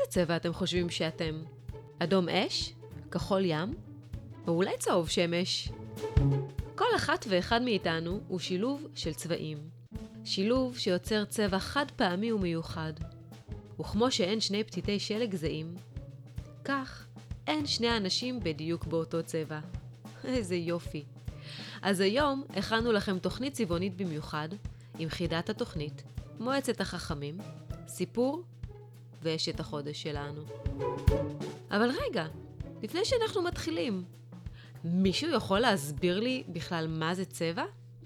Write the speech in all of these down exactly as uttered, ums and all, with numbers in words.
צבע אתם חושבים שאתם? אדום אש? כחול ים? או אולי צהוב שמש? כל אחת ואחד מאיתנו הוא שילוב של צבעים. שילוב שיוצר צבע חד פעמי ומיוחד. וכמו שאין שני פתיתי שלג זהים, כך אין שני אנשים בדיוק באותו צבע. איזה יופי. אז היום הכנו לכם תוכנית צבעונית במיוחד, עם חידת התוכנית, מועצת החכמים, סיפור ואשת החודש שלנו. אבל רגע, לפני שאנחנו מתחילים, מישהו יכול להסביר לי בכלל מה זה צבע?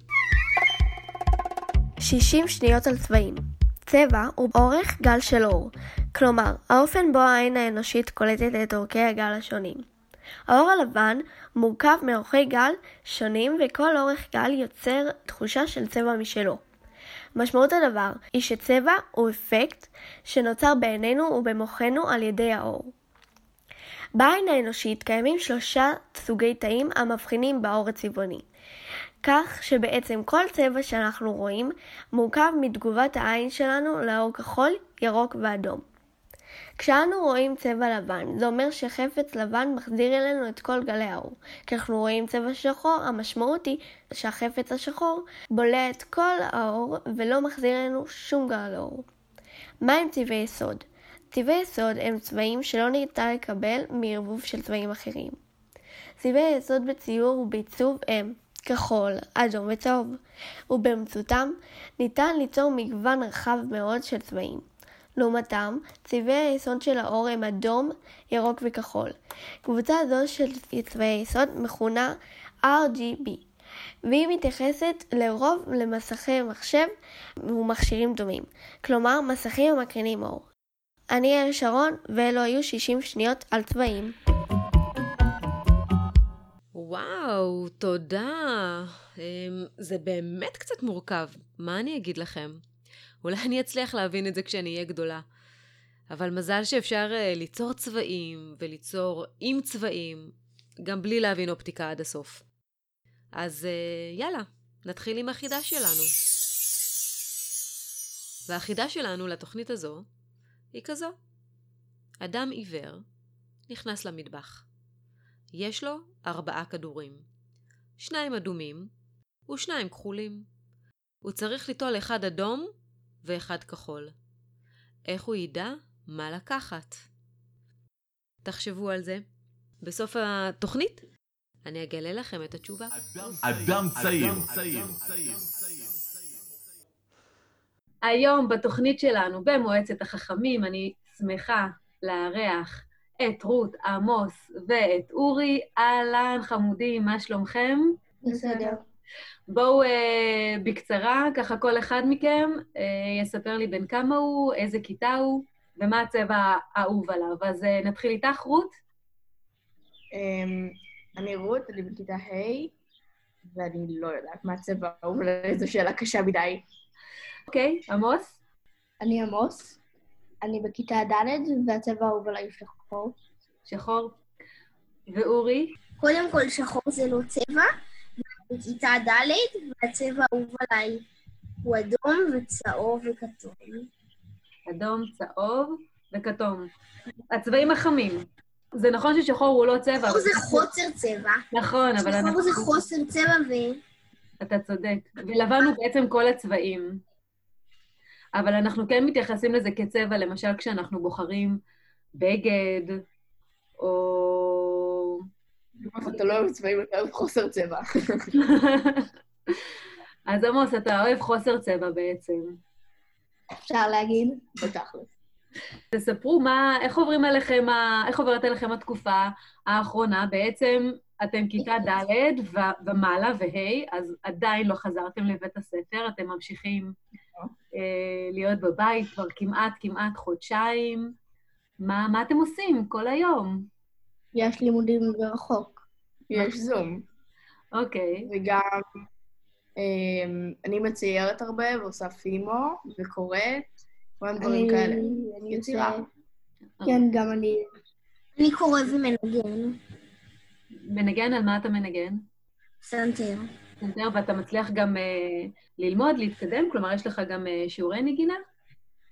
שישים שניות על צבעים. צבע הוא אורך גל של אור, כלומר, האופן בו העין האנושית קולטת את אורכי הגל השונים. האור הלבן מורכב מאורכי גל שונים, וכל אורך גל יוצר תחושה של צבע משלו. משמעות הדבר היא שצבע הוא אפקט שנוצר בעינינו ובמוחנו על ידי האור. בעין האנושית קיימים שלושה סוגי תאים המבחינים באור הצבעוני, כך שבעצם כל צבע שאנחנו רואים מורכב מתגובת העין שלנו לאור כחול, ירוק ואדום. כשאנו רואים צבע לבן, זה אומר שחפץ לבן מחזיר אלינו את כל גלי האור. כשאנחנו רואים צבע שחור, המשמעות היא שהחפץ השחור בולע את כל האור ולא מחזיר אלינו שום גל אור. מה הם צבעי יסוד? צבעי יסוד הם צבעים שלא ניתן לקבל מערבוב של צבעים אחרים. צבעי יסוד בציור ובעיצוב הם כחול, אדום וצהוב, ובאמצעותם ניתן ליצור מגוון רחב מאוד של צבעים. לעומתם, צבעי היסוד של האור הם אדום, ירוק וכחול. קבוצה זו של צבעי היסוד מכונה אר ג'י בי, והיא מתייחסת לרוב למסכי מחשב ומכשירים דומים, כלומר מסכים המקרינים אור. אני יעל שרון, ואלו היו שישים שניות על צבעים. וואו, תודה. זה באמת קצת מורכב. מה אני אגיד לכם? אולי אני אצליח להבין את זה כשאני אהיה גדולה. אבל מזל שאפשר ליצור צבעים וליצור עם צבעים, גם בלי להבין אופטיקה עד הסוף. אז יאללה, נתחיל עם החידה שלנו. והחידה שלנו לתוכנית הזו היא כזו. אדם עיוור נכנס למטבח. יש לו ארבעה כדורים. שניים אדומים ושניים כחולים. הוא צריך ליטול אחד אדום ואחד כחול. איך הוא ידע מה לקחת? תחשבו על זה. בסוף התוכנית אני אגלה לכם את התשובה. אדם צעיר. היום בתוכנית שלנו במועצת החכמים אני שמחה לארח את רות, עמוס ואת אורי. אהלן חמודים, מה שלומכם? בסדר. בואו אה, בקצרה, ככה כל אחד מכם אה, יספר לי בין כמה הוא, איזה כיתה הוא ומה הצבע האהוב עליו. אז אה, נתחיל איתך, רות. אני רות, אני בכיתה ה' ואני לא יודעת מה הצבע האהוב עליי, זו שאלה קשה מדי. אוקיי, עמוס? אני עמוס, אני בכיתה ד' והצבע האהוב עליי שחור. שחור. ואורי? קודם כל שחור זה לא צבע, בכיתה ד' והצבע האהוב עליי הוא אדום וצהוב וכתום. אדום, צהוב וכתום. הצבעים החמים. זה נכון ששחור הוא לא צבע. שחור זה חוסר צבע. נכון, אבל אנחנו... שחור זה חוסר צבע ו... אתה צודק. ולבן הוא בעצם כל הצבעים. אבל אנחנו כן מתייחסים לזה כצבע, למשל כשאנחנו בוחרים בגד, או... אתה לא אוהב צבעים, אתה אוהב חוסר צבע. אז עמוס, אתה אוהב חוסר צבע בעצם. אפשר להגיד? בתכלס. תספרו מה, איך עוברים עליכם, איך עוברת עליכם התקופה האחרונה? בעצם אתם כיתה ד' ומעלה וה', אז עדיין לא חזרתם לבית הספר, אתם ממשיכים אה, להיות בבית כבר כמעט, כמעט חודשיים. מה, מה אתם עושים כל היום? יש לימודים מרחוק. יש זום. אוקיי. וגם אה, אני מציירת הרבה ועושה פימו וקוראת, כל דברים כאלה. יצירה. כן, גם אני. אני קורא ומנגן. מנגן, על מה אתה מנגן? סנטר. סנטר, ואתה מצליח גם uh, ללמוד, להתקדם? כלומר, יש לך גם uh, שיעורי נגינה?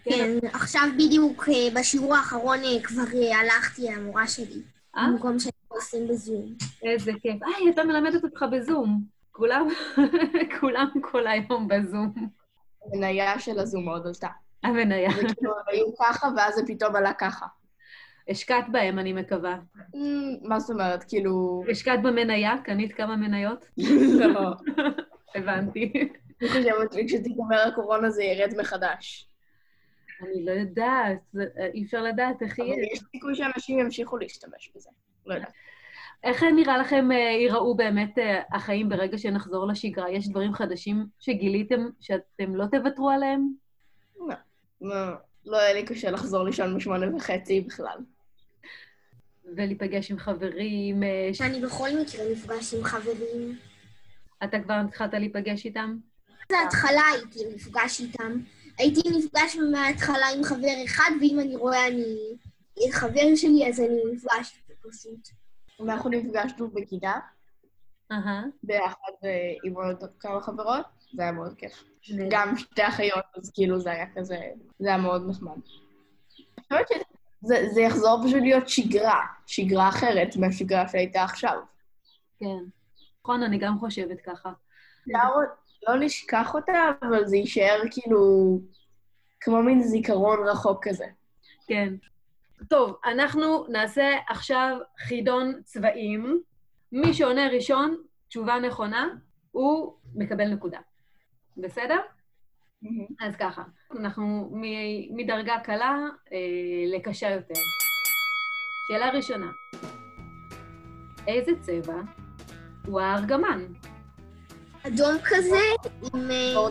כן, עכשיו בדיוק אה, בשיעור האחרון אה, כבר אה, הלכתי למורה שלי, אה? במקום שאנחנו עושים בזום. איזה כיף. אה, היא הייתה מלמדת אותך בזום. כולם, כולם כל היום בזום. המניה של הזום מאוד עלתה. המניה. זה כאילו, הם היו ככה, ואז זה פתאום עלה ככה. השקעת בהם, אני מקווה. מה זאת אומרת, כאילו... השקעת במניה? קנית כמה מניות? לא. הבנתי. אני חושבת שכשתיגמר הקורונה זה ירד מחדש. אני לא יודעת, זה- אי אפשר לדעת איך אבל יהיה. יש סיכוי שאנשים ימשיכו להשתמש בזה. לא יודעת. איך נראה לכם אה, ייראו באמת אה, החיים ברגע שנחזור לשגרה? יש דברים חדשים שגיליתם שאתם לא תוותרו עליהם? לא, לא היה לי קשה לחזור לישון בשמונה וחצי בכלל. ולהיפגש עם חברים? אה, ש- שאני בכל מקרה נפגש עם חברים. אתה כבר התחלת להיפגש איתם? בהתחלה הייתי נפגש איתם. הייתי נפגש מההתחלה עם חבר אחד, ואם אני רואה אני חבר שלי, אז אני נפגש איתו פשוט. אנחנו נפגשנו בכיתה, אהה. ביחד אה, עם עוד כמה חברות, זה היה מאוד כיף. גם שתי אחיות, אז כאילו זה היה כזה, זה היה מאוד נחמד. אני חושבת שזה זה יחזור פשוט להיות שגרה, שגרה אחרת מהשגרה שהייתה עכשיו. כן. נכון, אני גם חושבת ככה. לא, לא נשכח אותה, אבל זה יישאר כאילו כמו מין זיכרון רחוק כזה. כן. טוב, אנחנו נעשה עכשיו חידון צבעים. מי שעונה ראשון, תשובה נכונה, הוא מקבל נקודה. בסדר? אז ככה, אנחנו מ- מדרגה קלה אה, לקשה יותר. שאלה ראשונה, איזה צבע הוא הארגמן? אדום כזה, עם... אה,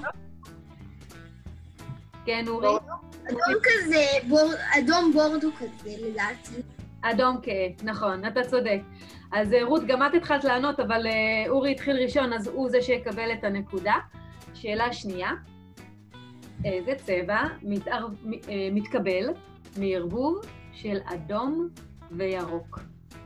כן, אורי? אדום כזה, בור, אדום בורדו כזה, לדעתי. אדום כהה, נכון, אתה צודק. אז אה, רות, גם את התחלת לענות, אבל אה, אורי התחיל ראשון, אז הוא זה שיקבל את הנקודה. שאלה שנייה, איזה צבע מתער... מ- אה, מתקבל מערבוב של אדום וירוק?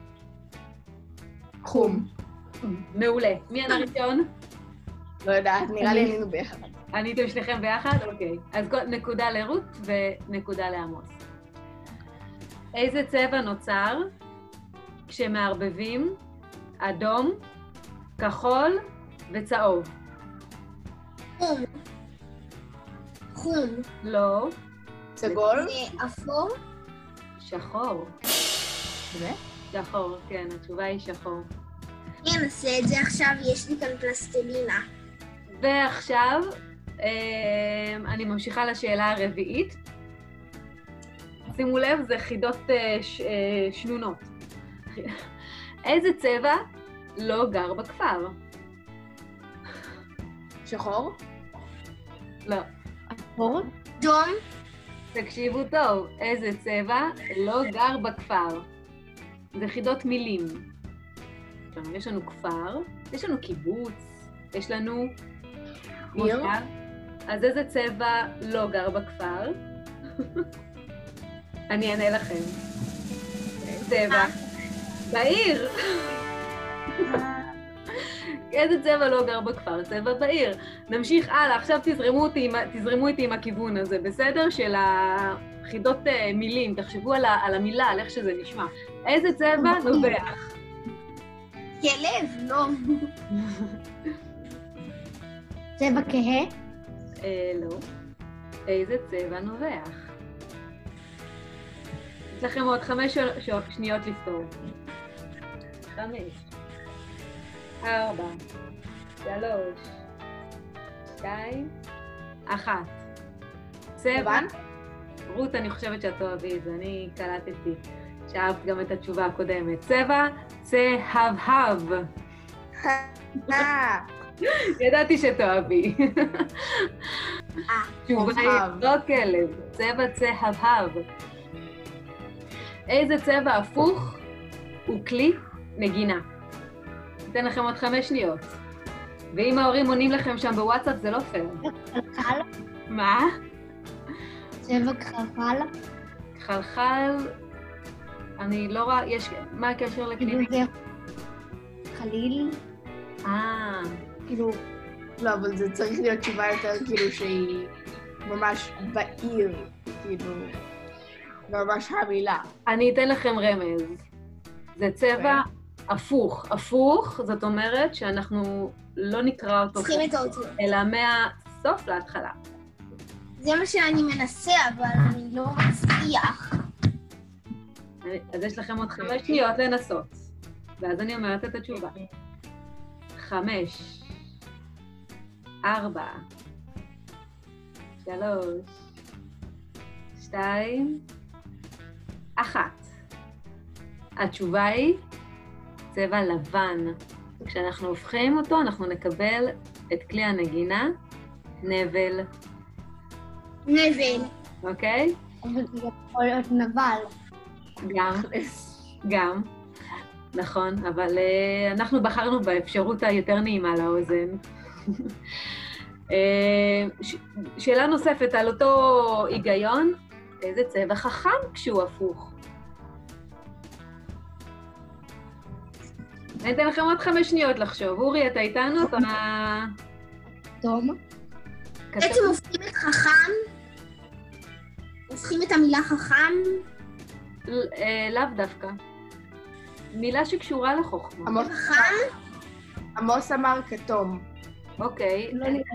חום. מעולה. מי ענה ראשון? לא יודעת, נראה לי היינו ביחד. עניתם שניכם ביחד? אוקיי. אז כל- נקודה לרות ונקודה לעמוס. איזה צבע נוצר כשמערבבים אדום, כחול וצהוב? חום. חום. לא, סגול? זה אפור. שחור. באמת? שחור, כן, התשובה היא שחור. אני אנסה את זה עכשיו, יש לי כאן פלסטלינה. ועכשיו, אה, אני ממשיכה לשאלה הרביעית. שימו לב, זה חידות אה, ש, אה, שנונות. איזה צבע לא גר בכפר? שחור? לא. אפור? אדום. תקשיבו טוב, איזה צבע לא גר בכפר? זה חידות מילים. עכשיו, יש לנו כפר, יש לנו קיבוץ, יש לנו... עיר? מושב. אז איזה צבע לא גר בכפר? אני אענה לכם. צבע. בעיר! איזה צבע לא גר בכפר? צבע בעיר. נמשיך הלאה, עכשיו תזרמו, אותי, עם ה- תזרמו איתי עם הכיוון הזה, בסדר? של החידות uh, מילים, תחשבו על, ה, על המילה, על איך שזה נשמע. איזה צבע נובח? כלב, לא. צבע כהה? אה, לא. איזה צבע נובח? יש לכם עוד חמש ש- ש- שניות לפתור. חמש. ארבע. שלוש. שתיים. אחת. צבע. לבן? רות, אני חושבת שאת תאהבי את זה, אני קלטתי. שאהבת גם את התשובה הקודמת. צבע, צהבהב. אה, ידעתי שתאהבי. תשובה היא צהבהב. לא כלב, צבע צהבהב. איזה צבע הפוך הוא כלי נגינה? אתן לכם עוד חמש שניות. ואם ההורים עונים לכם שם בוואטסאפ זה לא פייר. חלחל? מה? צבע חלחל? חלחל, אני לא רואה, יש, מה הקשר לכלי כאילו נגינה? זה חליל? אה, כאילו, לא, אבל זה צריך להיות תשובה יותר כאילו שהיא ממש בעיר. כאילו, ממש המילה. אני אתן לכם רמז. זה צבע הפוך. הפוך, זאת אומרת שאנחנו לא נקרא אותו צריכים את האותיות. אלא מהסוף להתחלה. זה מה שאני מנסה, אבל אני לא מצליח. אז יש לכם עוד חמש שניות לנסות. ואז אני אומרת את התשובה. חמש, ארבע, שלוש, שתיים, אחת. התשובה היא צבע לבן. כשאנחנו הופכים אותו, אנחנו נקבל את כלי הנגינה, נבל. נבל. אוקיי? אבל זה יכול להיות נבל. גם, גם. נכון, אבל uh, אנחנו בחרנו באפשרות היותר נעימה לאוזן. uh, ש- שאלה נוספת על אותו היגיון, איזה צבע חכם כשהוא הפוך? אני אתן לכם עוד חמש שניות לחשוב. אורי, אתה איתנו? אתה... תום. בעצם הופכים את חכם, הופכים את המילה חכם. ל- אה, לאו דווקא. מילה שקשורה לחוכמה. עמוס- חכם? עמוס אמר כתום. אוקיי. לא נראה.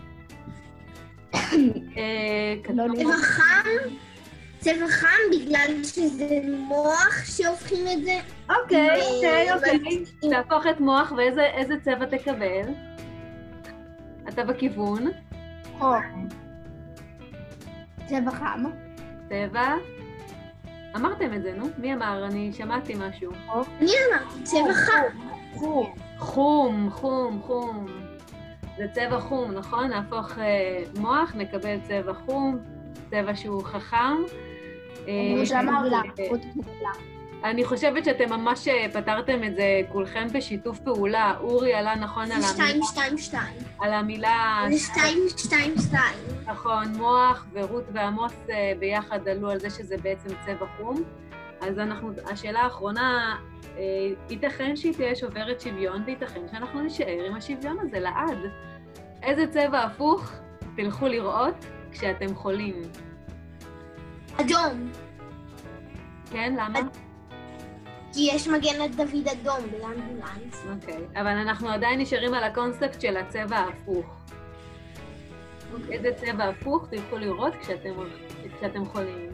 אה, כתוב. לא נראה. צבע חם? צבע חם בגלל שזה מוח שהופכים את זה? אוקיי, אוקיי, אבל- אוקיי. תהפוך את מוח, ואיזה צבע תקבל? אתה בכיוון. חום. צבע חם. צבע. אמרתם את זה, נו? מי אמר? אני שמעתי משהו. אני אמרתי, צבע חם. חום. חום, חום, חום. זה צבע חום, נכון? נהפוך אה, מוח, נקבל צבע חום, צבע שהוא חכם. אה, כמו שאמרתי, אה, אני חושבת שאתם ממש אה, פתרתם את זה כולכם בשיתוף פעולה. אורי עלה נכון על זה שתיים, המילה, שתיים, שתיים. על המילה, זה שתיים, שתיים, שתיים. נכון, מוח ורות ועמוס אה, ביחד עלו על זה שזה בעצם צבע חום. אז אנחנו, השאלה האחרונה, אה, ייתכן שהיא תהיה שוברת שוויון, וייתכן שאנחנו נשאר עם השוויון הזה לעד. איזה צבע הפוך תלכו לראות כשאתם חולים? אדום. כן, למה? כי יש מגן דוד אדום באמבולנס. אוקיי, אבל אנחנו עדיין נשארים על הקונספט של הצבע ההפוך. איזה צבע הפוך תלכו לראות כשאתם, כשאתם חולים?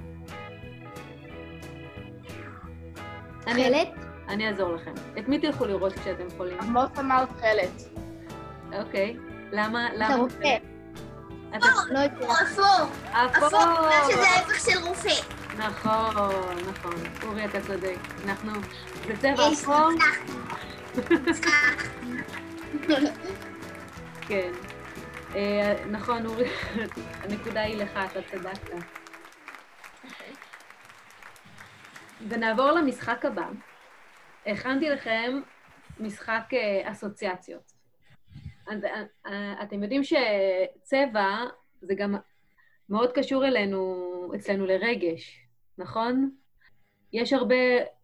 אני, תכלת. אני אעזור לכם. את מי תלכו לראות כשאתם חולים? עמוס אמר תכלת. אוקיי, למה? אתה למה? רופא. אתה... לא יודע. אפור. אפור! אפור, בגלל שזה ההפך של רופא. נכון, נכון. אורי, אתה צודק. אנחנו... זה צבע יש, אפור? הצלחתי. כן. אה, נכון, אורי, הנקודה היא לך, אתה צדקת. ונעבור למשחק הבא. הכנתי לכם משחק אה, אסוציאציות. אז, אה, אתם יודעים שצבע זה גם מאוד קשור אלינו, אצלנו לרגש, נכון? יש הרבה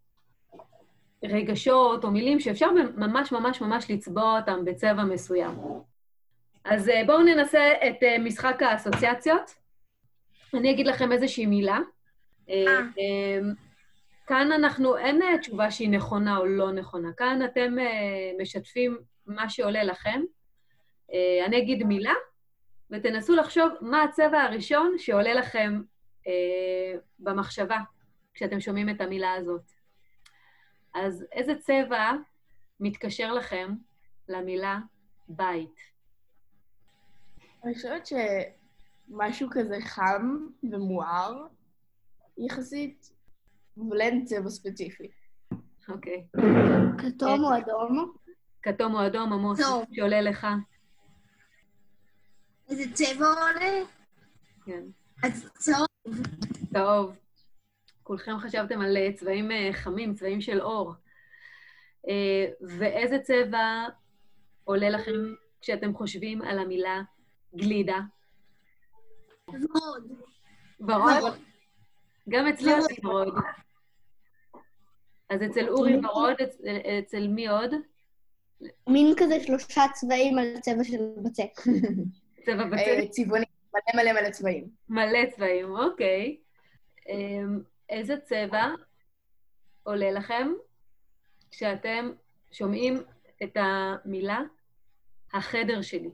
רגשות או מילים שאפשר ממש ממש ממש לצבוע אותם בצבע מסוים. אז אה, בואו ננסה את אה, משחק האסוציאציות. אני אגיד לכם איזושהי מילה. אה, אה, כאן אנחנו, אין תשובה שהיא נכונה או לא נכונה. כאן אתם uh, משתפים מה שעולה לכם. Uh, אני אגיד מילה, ותנסו לחשוב מה הצבע הראשון שעולה לכם uh, במחשבה, כשאתם שומעים את המילה הזאת. אז איזה צבע מתקשר לכם למילה בית? אני חושבת שמשהו כזה חם ומואר, יחסית, אבל אין צבע ספציפי. אוקיי. כתום או אדום? כתום או אדום, עמוס, טוב. שעולה לך. איזה צבע עולה? כן. אז צהוב. טוב. כולכם חשבתם על אה, צבעים אה, חמים, צבעים של אור. אה, ואיזה צבע עולה לכם כשאתם חושבים על המילה גלידה? ורוד. ורוד. גם אצלי ורוד. עושים ורוד. אז אצל אורי ורוד, אצ- אצל מי עוד? מין כזה שלושה צבעים על צבע של בצק. צבע בצק. אה, צבעוני. מלא מלא מלא צבעים. מלא צבעים, אוקיי. אמ, איזה צבע עולה לכם כשאתם שומעים את המילה החדר שלי?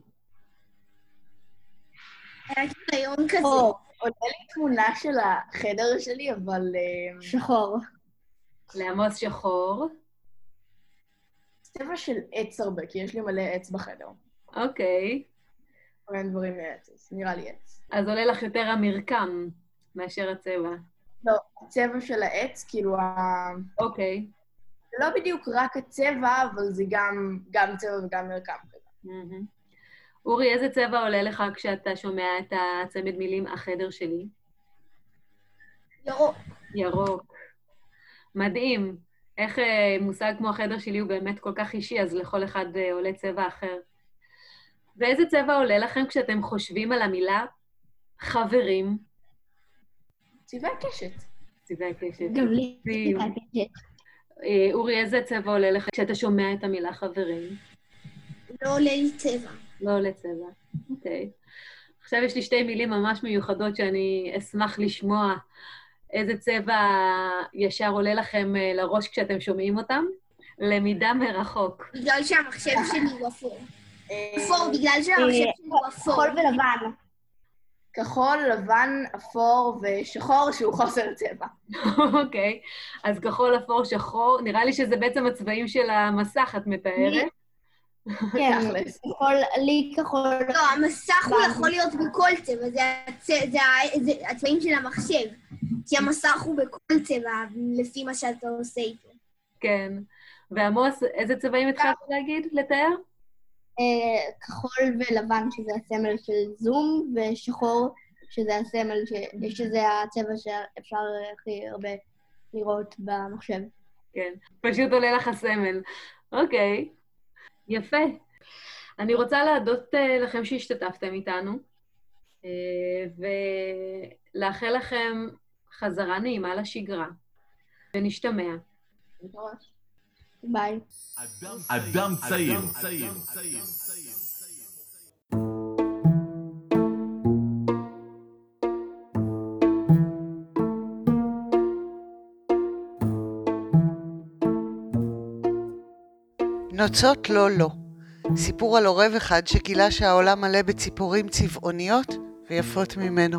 היה קיליון כזה. או, עולה לי תמונה של החדר שלי, אבל... אה, שחור. לעמוס שחור. צבע של עץ הרבה, כי יש לי מלא עץ בחדר. אוקיי. אין דברים מעץ, אז נראה לי עץ. אז עולה לך יותר המרקם מאשר הצבע. לא, הצבע של העץ, כאילו, ה... אוקיי. זה לא בדיוק רק הצבע, אבל זה גם, גם צבע וגם מרקם כזה. מהמם. אורי, איזה צבע עולה לך כשאתה שומע את הצמד מילים החדר שלי? ירוק. ירוק. מדהים. איך אה, מושג כמו החדר שלי הוא באמת כל כך אישי, אז לכל אחד אה, עולה צבע אחר. ואיזה צבע עולה לכם כשאתם חושבים על המילה חברים? צבעי הקשת. צבעי הקשת. גם לי. צבעים. אה, אורי, איזה צבע עולה לך כשאתה שומע את המילה חברים? לא עולה לי צבע. לא עולה צבע. אוקיי. עכשיו יש לי שתי מילים ממש מיוחדות שאני אשמח לשמוע איזה צבע ישר עולה לכם אה, לראש כשאתם שומעים אותם. למידה מרחוק. בגלל שהמחשב שלי הוא אפור. אה, אפור, בגלל שהמחשב שלי הוא אפור. כחול ולבן. כחול, לבן, אפור ושחור שהוא חוסר צבע. אוקיי. אז כחול, אפור, שחור. נראה לי שזה בעצם הצבעים של המסך, את מתארת. כן, תכלס. כחול, לי כחול. לא, המסך הוא יכול להיות בכל צבע, זה הצ- זה ה- זה הצבעים של המחשב. כי המסך הוא בכל צבע, לפי מה שאתה עושה איתו. כן. ועמוס, איזה צבעים התחלת להגיד, לתאר? אה, כחול ולבן, שזה הסמל של זום, ושחור, שזה הסמל, ש- שזה הצבע שאפשר הכי הרבה לראות במחשב. כן. פשוט עולה לך הסמל. אוקיי. יפה. אני רוצה להודות uh, לכם שהשתתפתם איתנו, uh, ולאחל לכם חזרה נעימה לשגרה, ונשתמע. ביי. אדם צעיר. נוצות לא לא. סיפור על עורב אחד שגילה שהעולם מלא בציפורים צבעוניות ויפות ממנו.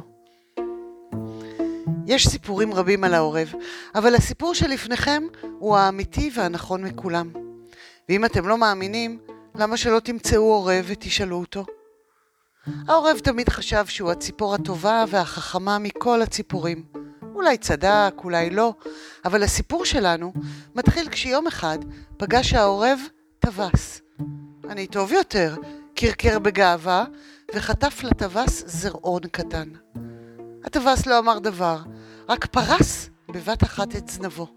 יש סיפורים רבים על העורב, אבל הסיפור שלפניכם הוא האמיתי והנכון מכולם. ואם אתם לא מאמינים, למה שלא תמצאו עורב ותשאלו אותו? העורב תמיד חשב שהוא הציפור הטובה והחכמה מכל הציפורים. אולי צדק, אולי לא, אבל הסיפור שלנו מתחיל כשיום אחד פגש העורב טווס. אני טוב יותר, קרקר בגאווה וחטף לטווס זרעון קטן. הטווס לא אמר דבר, רק פרס בבת אחת את זנבו.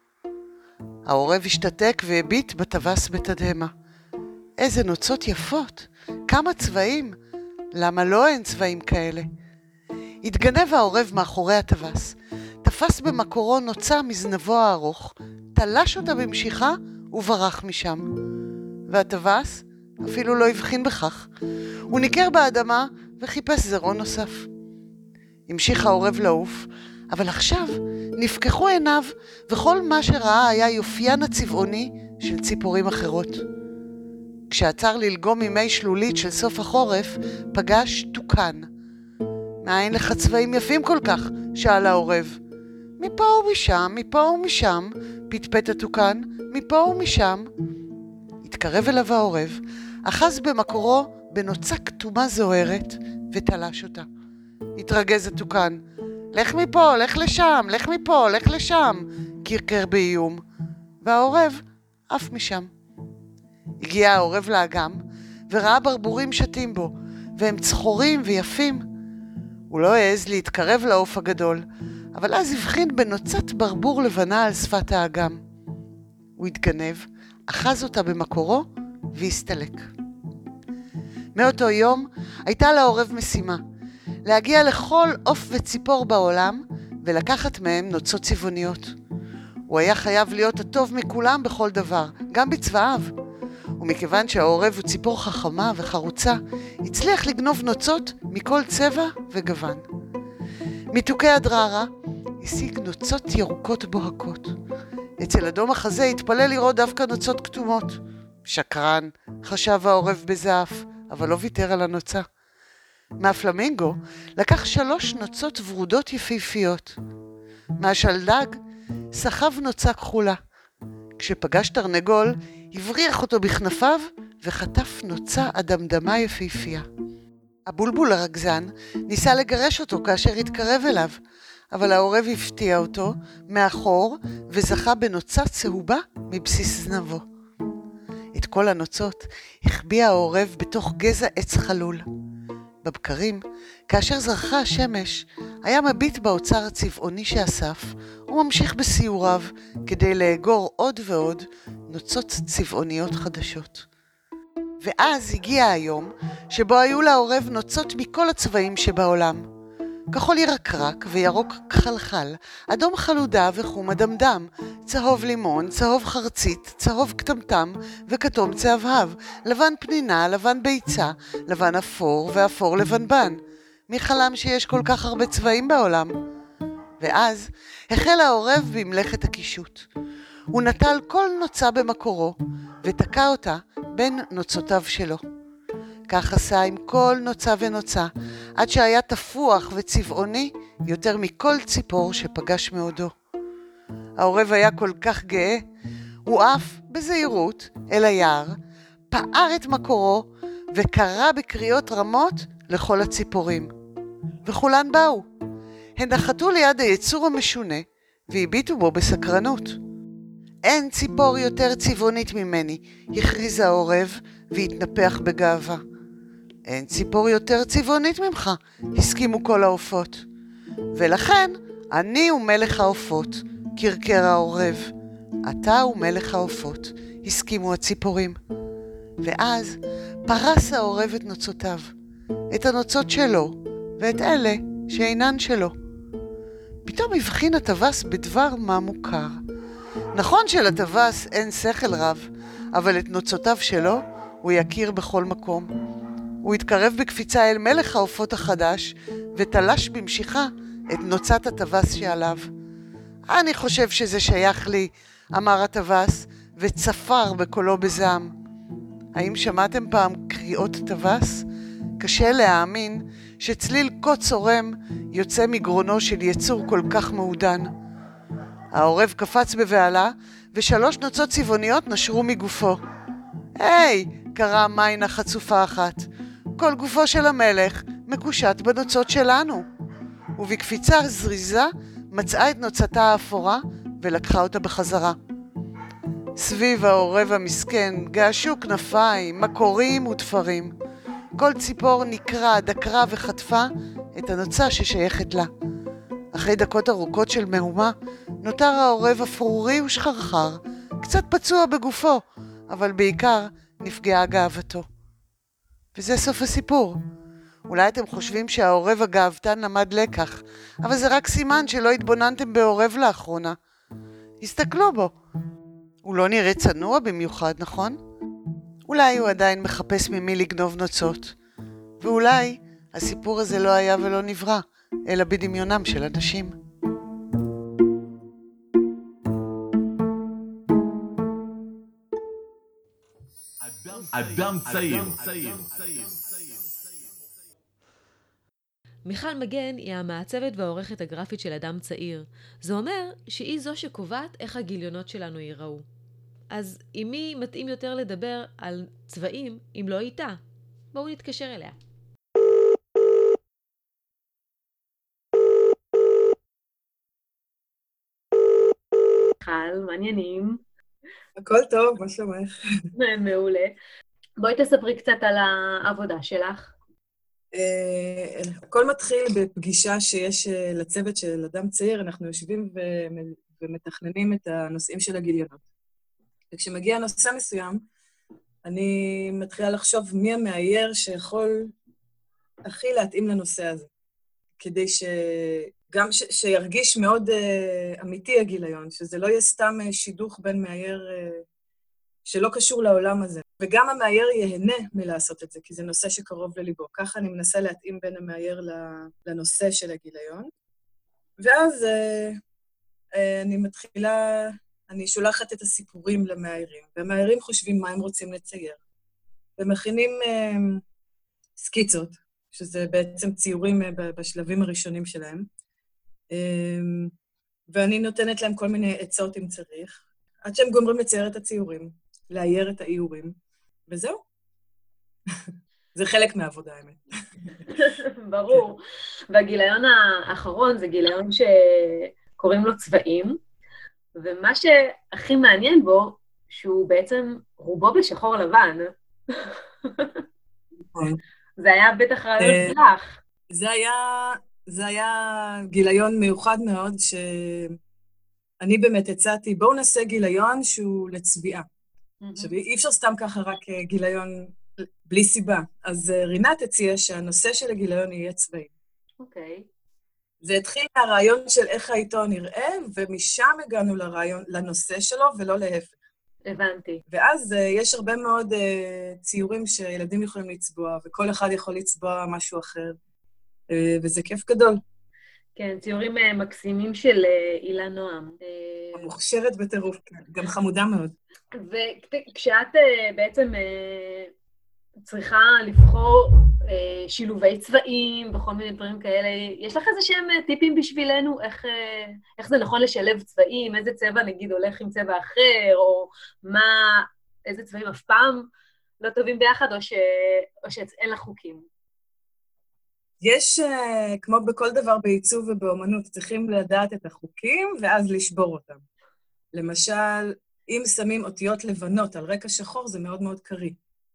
העורב השתתק והביט בטווס בתדהמה. איזה נוצות יפות, כמה צבעים, למה לא אין צבעים כאלה? התגנב העורב מאחורי הטווס, תפס במקורו נוצה מזנבו הארוך, תלש אותה במשיכה וברח משם. והטווס אפילו לא הבחין בכך. הוא ניקר באדמה וחיפש זרעון נוסף. המשיך העורב לעוף, אבל עכשיו נפקחו עיניו וכל מה שראה היה יופיין הצבעוני של ציפורים אחרות. כשעצר ללגום ממי שלולית של סוף החורף, פגש תוקן. מאין לך צבעים יפים כל כך? שאל העורב. מפה ומשם, מפה ומשם, פטפט התוקן, מפה ומשם. התקרב אליו העורב, אחז במקורו בנוצה כתומה זוהרת ותלש אותה. התרגז התוקן. לך מפה, לך לשם, לך מפה, לך לשם, קרקר באיום. והעורב עף משם. הגיע העורב לאגם וראה ברבורים שתים בו, והם צחורים ויפים. הוא לא העז להתקרב לעוף הגדול, אבל אז הבחין בנוצת ברבור לבנה על שפת האגם. הוא התגנב, אחז אותה במקורו והסתלק. מאותו יום הייתה לעורב משימה, להגיע לכל עוף וציפור בעולם ולקחת מהם נוצות צבעוניות. הוא היה חייב להיות הטוב מכולם בכל דבר, גם בצבעיו. ומכיוון שהעורב הוא ציפור חכמה וחרוצה, הצליח לגנוב נוצות מכל צבע וגוון. מתוקי הדררה השיג נוצות ירוקות בוהקות. אצל אדום החזה התפלל לראות דווקא נוצות כתומות. שקרן, חשב העורב בזעף, אבל לא ויתר על הנוצה. מהפלמינגו לקח שלוש נוצות ורודות יפהפיות. מהשלדג סחב נוצה כחולה. כשפגש תרנגול, הבריח אותו בכנפיו וחטף נוצה אדמדמה יפהפייה. הבולבול הרגזן ניסה לגרש אותו כאשר התקרב אליו, אבל העורב הפתיע אותו מאחור וזכה בנוצה צהובה מבסיס זנבו. את כל הנוצות החביע העורב בתוך גזע עץ חלול. בבקרים, כאשר זרחה השמש, היה מביט באוצר הצבעוני שאסף, וממשיך בסיוריו כדי לאגור עוד ועוד נוצות צבעוניות חדשות. ואז הגיע היום שבו היו לעורב נוצות מכל הצבעים שבעולם. כחול ירקרק וירוק כחלחל, אדום חלודה וחום אדמדם, צהוב לימון, צהוב חרצית, צהוב כתמתם וכתום צהבהב, לבן פנינה, לבן ביצה, לבן אפור ואפור לבנבן. מי חלם שיש כל כך הרבה צבעים בעולם? ואז החל העורב במלאכת הקישוט. הוא נטל כל נוצה במקורו ותקע אותה בין נוצותיו שלו. כך עשה עם כל נוצה ונוצה, עד שהיה תפוח וצבעוני יותר מכל ציפור שפגש מעודו. העורב היה כל כך גאה, הוא עף בזהירות אל היער, פער את מקורו וקרא בקריאות רמות לכל הציפורים. וכולן באו. הן נחתו ליד היצור המשונה והביטו בו בסקרנות. אין ציפור יותר צבעונית ממני, הכריז העורב והתנפח בגאווה. אין ציפור יותר צבעונית ממך, הסכימו כל העופות. ולכן אני הוא מלך העופות, קרקר העורב. אתה הוא מלך העופות, הסכימו הציפורים. ואז פרס העורב את נוצותיו, את הנוצות שלו ואת אלה שאינן שלו. פתאום הבחין הטווס בדבר מה מוכר. נכון שלטווס אין שכל רב, אבל את נוצותיו שלו הוא יכיר בכל מקום. הוא התקרב בקפיצה אל מלך העופות החדש ותלש במשיכה את נוצת הטווס שעליו. אני חושב שזה שייך לי, אמר הטווס וצפר בקולו בזעם. האם שמעתם פעם קריאות טווס? קשה להאמין שצליל כה צורם יוצא מגרונו של יצור כל כך מעודן. העורב קפץ בבעלה ושלוש נוצות צבעוניות נשרו מגופו. היי, קרא מיינה חצופה אחת, כל גופו של המלך מקושט בנוצות שלנו. ובקפיצה זריזה מצאה את נוצתה האפורה ולקחה אותה בחזרה. סביב העורב המסכן געשו כנפיים, מקורים ותפרים. כל ציפור נקרא, דקרה וחטפה את הנוצה ששייכת לה. אחרי דקות ארוכות של מהומה, נותר העורב אפרורי ושחרחר, קצת פצוע בגופו, אבל בעיקר נפגעה גאוותו. וזה סוף הסיפור. אולי אתם חושבים שהעורב הגאוותן למד לקח, אבל זה רק סימן שלא התבוננתם בעורב לאחרונה. הסתכלו בו. הוא לא נראה צנוע במיוחד, נכון? אולי הוא עדיין מחפש ממי לגנוב נוצות. ואולי הסיפור הזה לא היה ולא נברא, אלא בדמיונם של אנשים. אדם צעיר. מיכל מגן היא המעצבת והעורכת הגרפית של אדם צעיר. זה אומר שהיא זו שקובעת איך הגיליונות שלנו ייראו. אז עם מי מתאים יותר לדבר על צבעים אם לא איתה? בואו נתקשר אליה. מיכל, מעניינים. הכל טוב, מה שלומך? מעולה. בואי תספרי קצת על העבודה שלך. הכל מתחיל בפגישה שיש לצוות של אדם צעיר, אנחנו יושבים ומתכננים את הנושאים של הגיליונות. וכשמגיע נושא מסוים, אני מתחילה לחשוב מי המאייר שיכול הכי להתאים לנושא הזה, כדי שגם ש... שירגיש מאוד uh, אמיתי הגיליון, שזה לא יהיה סתם uh, שידוך בין מאייר uh, שלא קשור לעולם הזה. וגם המאייר ייהנה מלעשות את זה, כי זה נושא שקרוב לליבו. ככה אני מנסה להתאים בין המאייר לנושא של הגיליון. ואז אה, אה, אני מתחילה, אני שולחת את הסיפורים למאיירים, והמאיירים חושבים מה הם רוצים לצייר. ומכינים אה, סקיצות, שזה בעצם ציורים אה, בשלבים הראשונים שלהם, אה, ואני נותנת להם כל מיני עצות אם צריך, עד שהם גומרים לצייר את הציורים, לאייר את האיורים, וזהו. זה חלק מהעבודה, האמת. ברור. והגיליון האחרון זה גיליון שקוראים לו צבעים, ומה שהכי מעניין בו, שהוא בעצם רובו בשחור לבן. זה היה בטח רעיון שלך. זה היה, זה היה גיליון מיוחד מאוד, שאני באמת הצעתי, בואו נעשה גיליון שהוא לצביעה. עכשיו, אי אפשר סתם ככה רק גיליון בלי סיבה. אז רינת הציעה שהנושא של הגיליון יהיה צבעים. אוקיי. זה התחיל מהרעיון של איך העיתון נראה, ומשם הגענו לרעיון, לנושא שלו, ולא להפך. הבנתי. ואז uh, יש הרבה מאוד uh, ציורים שילדים יכולים לצבוע, וכל אחד יכול לצבוע משהו אחר, uh, וזה כיף גדול. כן, ציורים uh, מקסימים של uh, אילה נועם. Uh... מוכשרת בטירוף, גם חמודה מאוד. וכשאת uh, בעצם uh, צריכה לבחור uh, שילובי צבעים וכל מיני דברים כאלה, יש לך איזה שהם uh, טיפים בשבילנו? איך, uh, איך זה נכון לשלב צבעים? איזה צבע נגיד הולך עם צבע אחר? או מה, איזה צבעים אף פעם לא טובים ביחד, או, ש, או שאין לך חוקים? יש, uh, כמו בכל דבר בעיצוב ובאומנות, צריכים לדעת את החוקים ואז לשבור אותם. למשל, אם שמים אותיות לבנות על רקע שחור, זה מאוד מאוד קרי.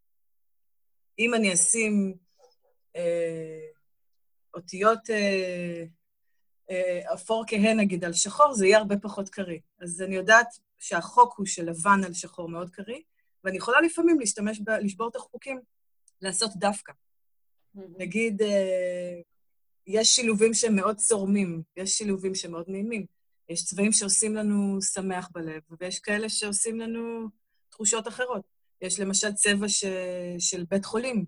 אם אני אשים אה, אותיות אה, אה, אפור כהה, נגיד, על שחור, זה יהיה הרבה פחות קרי. אז אני יודעת שהחוק הוא של לבן על שחור מאוד קרי, ואני יכולה לפעמים להשתמש, ב, לשבור את החוקים, לעשות דווקא. נגיד, אה, יש שילובים שהם מאוד צורמים, יש שילובים שהם מאוד נעימים. יש צבעים שעושים לנו שמח בלב, ויש כאלה שעושים לנו תחושות אחרות. יש למשל צבע ש... של בית חולים.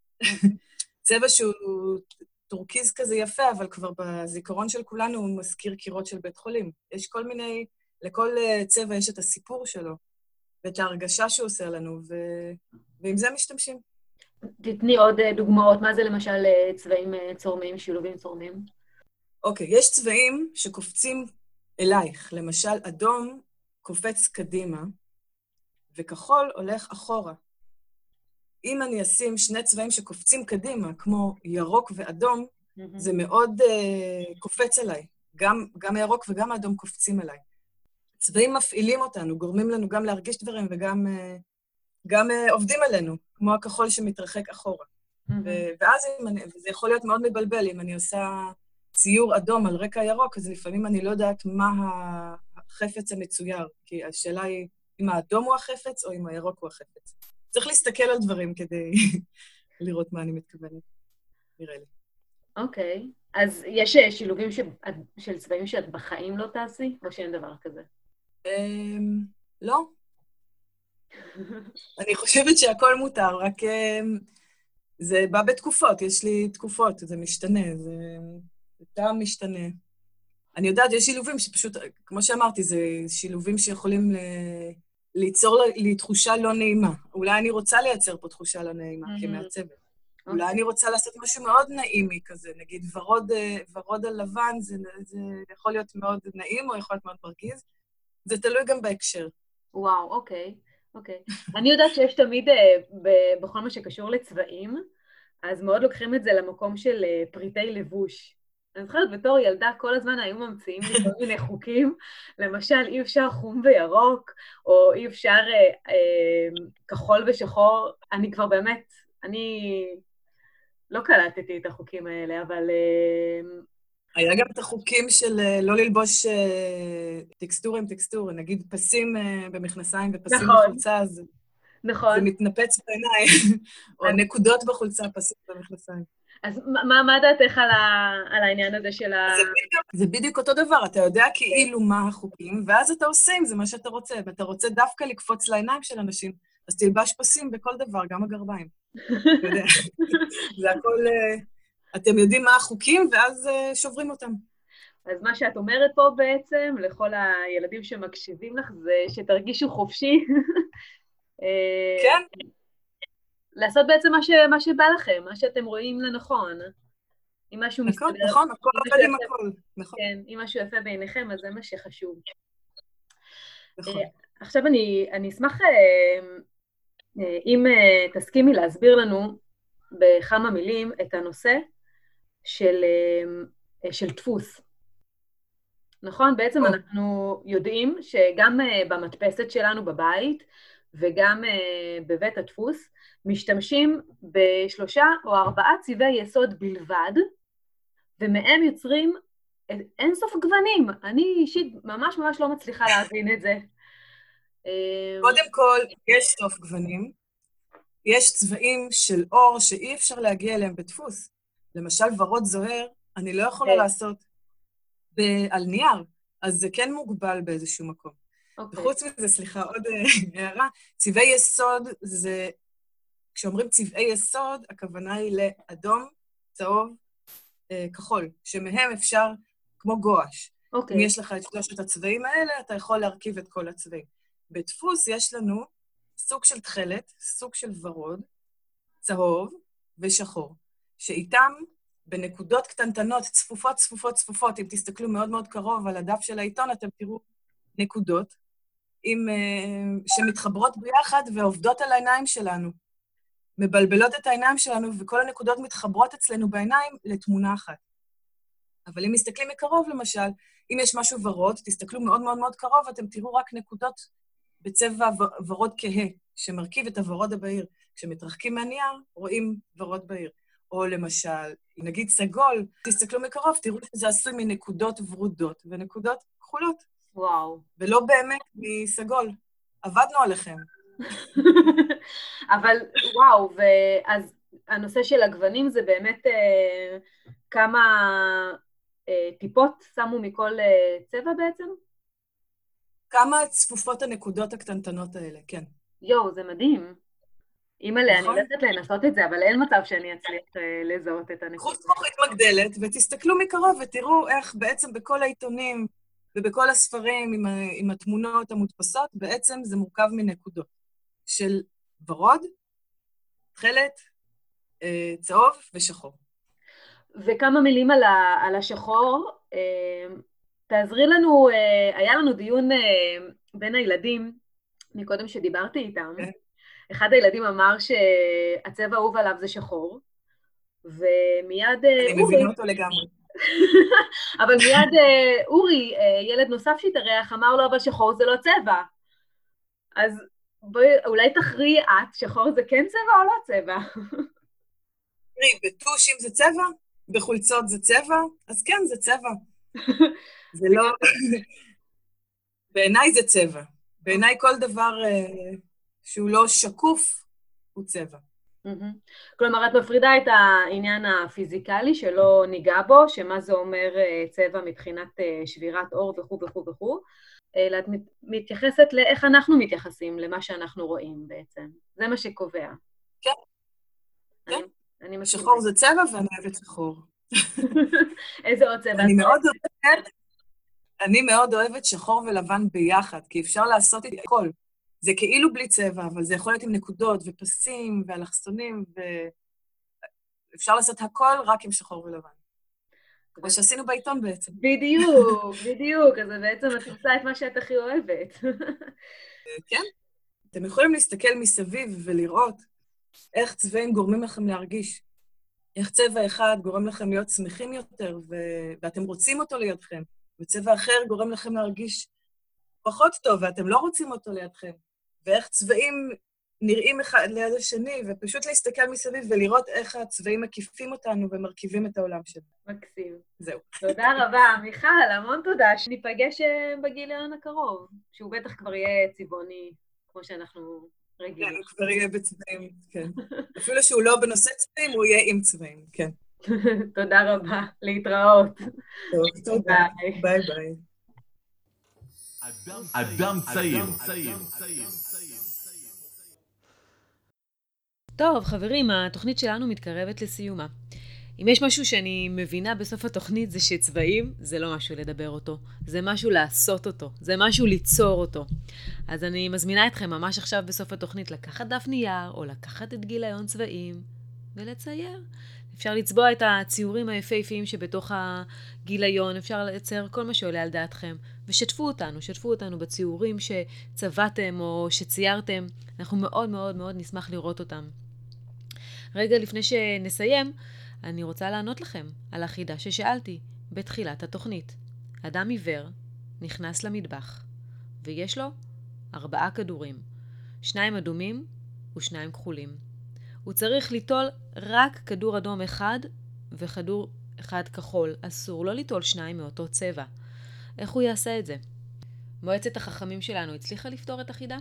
צבע שהוא טורקיז כזה יפה, אבל כבר בזיכרון של כולנו הוא מזכיר קירות של בית חולים. יש כל מיני, לכל צבע יש את הסיפור שלו, ואת ההרגשה שהוא עושה לנו, ו... ועם זה משתמשים. תתני עוד דוגמאות, מה זה למשל צבעים צורמים, שילובים צורמים? אוקיי, יש צבעים שקופצים אלייך. למשל, אדום קופץ קדימה, וכחול הולך אחורה. אם אני אשים שני צבעים שקופצים קדימה, כמו ירוק ואדום, mm-hmm. זה מאוד uh, קופץ אליי. גם, גם ירוק וגם האדום קופצים אליי. צבעים מפעילים אותנו, גורמים לנו גם להרגיש דברים וגם uh, גם, uh, עובדים עלינו, כמו הכחול שמתרחק אחורה. Mm-hmm. ו- ואז אני, זה יכול להיות מאוד מבלבל, אם אני עושה ציור אדום על רקע ירוק, אז לפעמים אני לא יודעת מה החפץ המצויר, כי השאלה היא, אם האדום הוא החפץ, או אם הירוק הוא החפץ. צריך להסתכל על דברים כדי לראות מה אני מתכוונת, נראה לי. אוקיי. אז יש שילובים ש... של צבעים שאת בחיים לא תעשי, או שאין דבר כזה? לא. אני חושבת שהכל מותר, רק זה בא בתקופות, יש לי תקופות, זה משתנה, זה טעם משתנה. אני יודעת, יש שילובים שפשוט, כמו שאמרתי, זה שילובים שיכולים ל... ליצור לי תחושה לא נעימה. אולי אני רוצה לייצר פה תחושה לא נעימה, mm-hmm. כמעצבת. Okay. אולי אני רוצה לעשות משהו מאוד נעימי כזה, נגיד ורוד, ורוד על לבן, זה, זה יכול להיות מאוד נעים או יכול להיות מאוד מרגיז. זה תלוי גם בהקשר. וואו, אוקיי, אוקיי. אני יודעת שיש תמיד, בכל מה שקשור לצבעים, אז מאוד לוקחים את זה למקום של פריטי לבוש. אני זוכרת, בתור ילדה כל הזמן היו ממציאים לי כל מיני חוקים, למשל אי אפשר חום וירוק, או אי אפשר אה, אה, כחול ושחור. אני כבר באמת, אני לא קלטתי את החוקים האלה, אבל... אה... היה גם את החוקים של אה, לא ללבוש אה, טקסטורה עם טקסטורה, נגיד פסים אה, במכנסיים ופסים נכון. בחולצה, אז נכון. זה מתנפץ בעיניי, או נקודות בחולצה, פסים במכנסיים. אז מה, מה דעתך על, ה, על העניין הזה של ה... זה בדיוק, זה בדיוק אותו דבר, אתה יודע כאילו מה החוקים, ואז אתה עושה עם זה מה שאתה רוצה, ואתה רוצה דווקא לקפוץ לעיניים של אנשים, אז תלבש פסים בכל דבר, גם הגרביים. אתה יודע, זה הכל, אתם יודעים מה החוקים, ואז שוברים אותם. אז מה שאת אומרת פה בעצם, לכל הילדים שמקשיבים לך, זה שתרגישו חופשי. כן. לעשות בעצם מה, ש... מה שבא לכם, מה שאתם רואים לנכון. אם משהו נכון, מסתדר... נכון, הכל עובד עם הכל. נכון. כן, אם משהו יפה בעיניכם, אז זה מה שחשוב. נכון. עכשיו אני, אני אשמח, אם תסכימי להסביר לנו בכמה מילים את הנושא של, של דפוס. נכון? בעצם אנחנו יודעים שגם במדפסת שלנו בבית, וגם בבית הדפוס, משתמשים בשלושה או ארבעה צבעי יסוד בלבד, ומהם יוצרים אינסוף גוונים. אני אישית ממש ממש לא מצליחה להבין את זה. קודם כל, יש סוף גוונים. יש צבעים של אור שאי אפשר להגיע אליהם בדפוס. למשל, ורוד זוהר, אני לא יכולה לעשות על נייר, אז זה כן מוגבל באיזשהו מקום. וחוץ מזה, סליחה, עוד הערה, צבעי יסוד זה, כשאומרים צבעי יסוד, הכוונה היא לאדום, צהוב, כחול, שמהם אפשר, כמו גואש. אם יש לך את שלושת הצבעים האלה, אתה יכול להרכיב את כל הצבעים. בדפוס יש לנו סוג של תכלת, סוג של ורוד, צהוב ושחור, שאיתם בנקודות קטנטנות, צפופות, צפופות, צפופות, אם תסתכלו מאוד מאוד קרוב על הדף של העיתון, אתם תראו נקודות עם, uh, שמתחברות ביחד ועובדות על העיניים שלנו. מבלבלות את העיניים שלנו, וכל הנקודות מתחברות אצלנו בעיניים לתמונה אחת. אבל אם מסתכלים מקרוב, למשל, אם יש משהו ורוד, תסתכלו מאוד מאוד מאוד קרוב, אתם תראו רק נקודות בצבע ורוד כהה, שמרכיב את הוורוד הבהיר. כשמתרחקים מהנייר, רואים ורוד בהיר. או למשל, נגיד סגול, תסתכלו מקרוב, תראו שזה עשוי מנקודות ורודות ונקודות כחולות. וואו. ולא באמת מסגול. עבדנו עליכם. אבל וואו, ואז הנושא של הגוונים זה באמת אה, כמה אה, טיפות שמו מכל אה, צבע בעצם? כמה צפופות הנקודות הקטנטנות האלה, כן. יואו, זה מדהים. אימא'לה, אני הולכת לנסות את זה, אבל אין מצב שאני אצליח לזהות את הנקודות. קחו זכוכית מגדלת ותסתכלו מקרוב ותראו איך בעצם בכל העיתונים ובכל הספרים עם, עם התמונות המודפסות, בעצם זה מורכב מנקודות של ורוד, תכלת, צהוב ושחור. וכמה מילים על, ה, על השחור. תעזרי לנו, היה לנו דיון בין הילדים, מקודם שדיברתי איתם, אחד הילדים אמר שהצבע האהוב עליו זה שחור, ומיד... אני מבינה אותו לגמרי. אבל מיד אורי, ילד נוסף שהתארח, אמר לו, אבל שחור זה לא צבע. אז בואי, אולי תכריעי את, שחור זה כן צבע או לא צבע? תראי, בטושים זה צבע, בחולצות זה צבע, אז כן, זה צבע. זה לא... בעיניי זה צבע. בעיניי כל דבר... שהוא לא שקוף, הוא צבע. כלומר, את מפרידה את העניין הפיזיקלי שלא ניגע בו, שמה זה אומר צבע מבחינת שבירת אור וכו' וכו' וכו', אלא את מתייחסת לאיך אנחנו מתייחסים למה שאנחנו רואים בעצם. זה מה שקובע. כן. כן. אני מסכימה. שחור זה צבע ואני אוהבת שחור. איזה עוד צבע? אני מאוד אוהבת, אני מאוד אוהבת שחור ולבן ביחד, כי אפשר לעשות את הכל. זה כאילו בלי צבע, אבל זה יכול להיות עם נקודות ופסים ואלכסונים, ואפשר לעשות הכל רק עם שחור ולבן. כמו שעשינו בעיתון בעצם. בדיוק, בדיוק, אז בעצם את עושה את מה שאת הכי אוהבת. כן. אתם יכולים להסתכל מסביב ולראות איך צבעים גורמים לכם להרגיש. איך צבע אחד גורם לכם להיות שמחים יותר, ואתם רוצים אותו לידכם, וצבע אחר גורם לכם להרגיש פחות טוב, ואתם לא רוצים אותו לידכם. ואיך צבעים נראים אחד ליד השני, ופשוט להסתכל מסביב ולראות איך הצבעים מקיפים אותנו ומרכיבים את העולם שלנו. מקסים. זהו. תודה רבה, מיכל, המון תודה. שניפגש בגיליון הקרוב, שהוא בטח כבר יהיה צבעוני, כמו שאנחנו רגילים. כן, הוא כבר יהיה בצבעים, כן. אפילו שהוא לא בנושא צבעים, הוא יהיה עם צבעים, כן. תודה רבה, להתראות. טוב, תודה. ביי ביי. אדם צעיר. טוב, חברים, התוכנית שלנו מתקרבת לסיומה. אם יש משהו שאני מבינה בסוף התוכנית זה שצבעים זה לא משהו לדבר אותו, זה משהו לעשות אותו, זה משהו ליצור אותו. אז אני מזמינה אתכם ממש עכשיו בסוף התוכנית לקחת דף נייר או לקחת את גיליון צבעים ולצייר. אפשר לצבוע את הציורים היפהפיים שבתוך הגיליון, אפשר לייצר כל מה שעולה על דעתכם. ושתפו אותנו, שתפו אותנו בציורים שצבעתם או שציירתם. אנחנו מאוד מאוד מאוד נשמח לראות אותם. רגע לפני שנסיים, אני רוצה לענות לכם על החידה ששאלתי בתחילת התוכנית. אדם עיוור נכנס למטבח, ויש לו ארבעה כדורים, שניים אדומים ושניים כחולים. הוא צריך ליטול רק כדור אדום אחד וכדור אחד כחול. אסור לא ליטול שניים מאותו צבע. איך הוא יעשה את זה? מועצת החכמים שלנו הצליחה לפתור את החידה?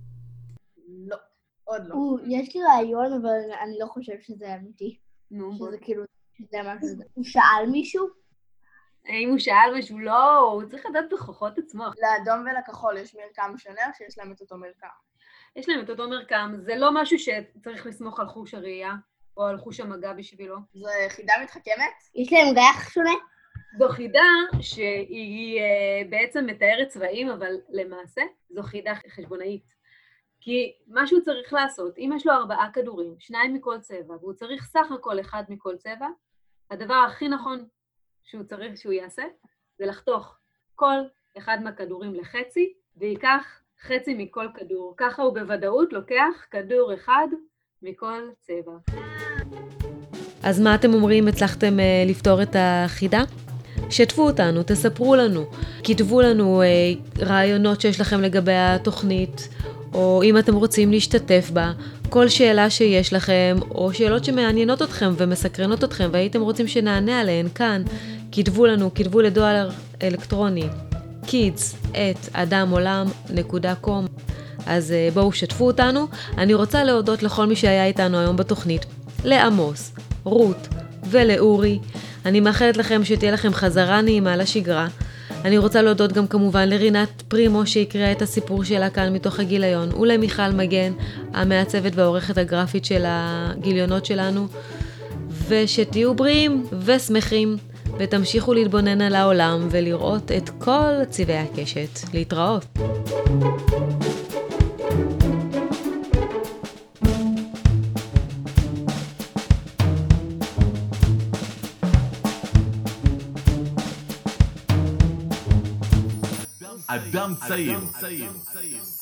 לא, עוד לא. יש לי רעיון, אבל אני לא חושב שזה אמיתי. נו, שזה כאילו, שזה משהו. הוא שאל מישהו? אם הוא שאל מישהו, לא, הוא צריך לדעת בכוחות עצמו. לאדום ולכחול יש מרקם שונה או שיש להם את אותו מרקם? יש להם את אותו מרקם, זה לא משהו שצריך לסמוך על חוש הראייה, או על חוש המגע בשבילו. זו חידה מתחכמת? יש להם ריח שונה? זו חידה שהיא בעצם מתארת צבעים, אבל למעשה זו חידה חשבונאית. כי מה שהוא צריך לעשות, אם יש לו ארבעה כדורים, שניים מכל צבע, והוא צריך סך הכל אחד מכל צבע, הדבר הכי נכון שהוא צריך שהוא יעשה, זה לחתוך כל אחד מהכדורים לחצי, ויקח חצי מכל כדור. ככה הוא בוודאות לוקח כדור אחד מכל צבע. אז מה אתם אומרים? הצלחתם uh, לפתור את החידה? שתפו אותנו, תספרו לנו, כתבו לנו uh, רעיונות שיש לכם לגבי התוכנית, או אם אתם רוצים להשתתף בה, כל שאלה שיש לכם, או שאלות שמעניינות אתכם ומסקרנות אתכם, והייתם רוצים שנענה עליהן כאן, כתבו לנו, כתבו לדואר אלקטרוני, kids at אדם עולם נקודה קום. אז בואו שתפו אותנו. אני רוצה להודות לכל מי שהיה איתנו היום בתוכנית, לעמוס, רות ולאורי. אני מאחלת לכם שתהיה לכם חזרה נעימה לשגרה. אני רוצה להודות גם כמובן לרינת פרימו שהקריאה את הסיפור שלה כאן מתוך הגיליון, ולמיכל מגן, המעצבת והעורכת הגרפית של הגיליונות שלנו, ושתהיו בריאים ושמחים, ותמשיכו להתבונן על העולם ולראות את כל צבעי הקשת. להתראות. אדם צעיר.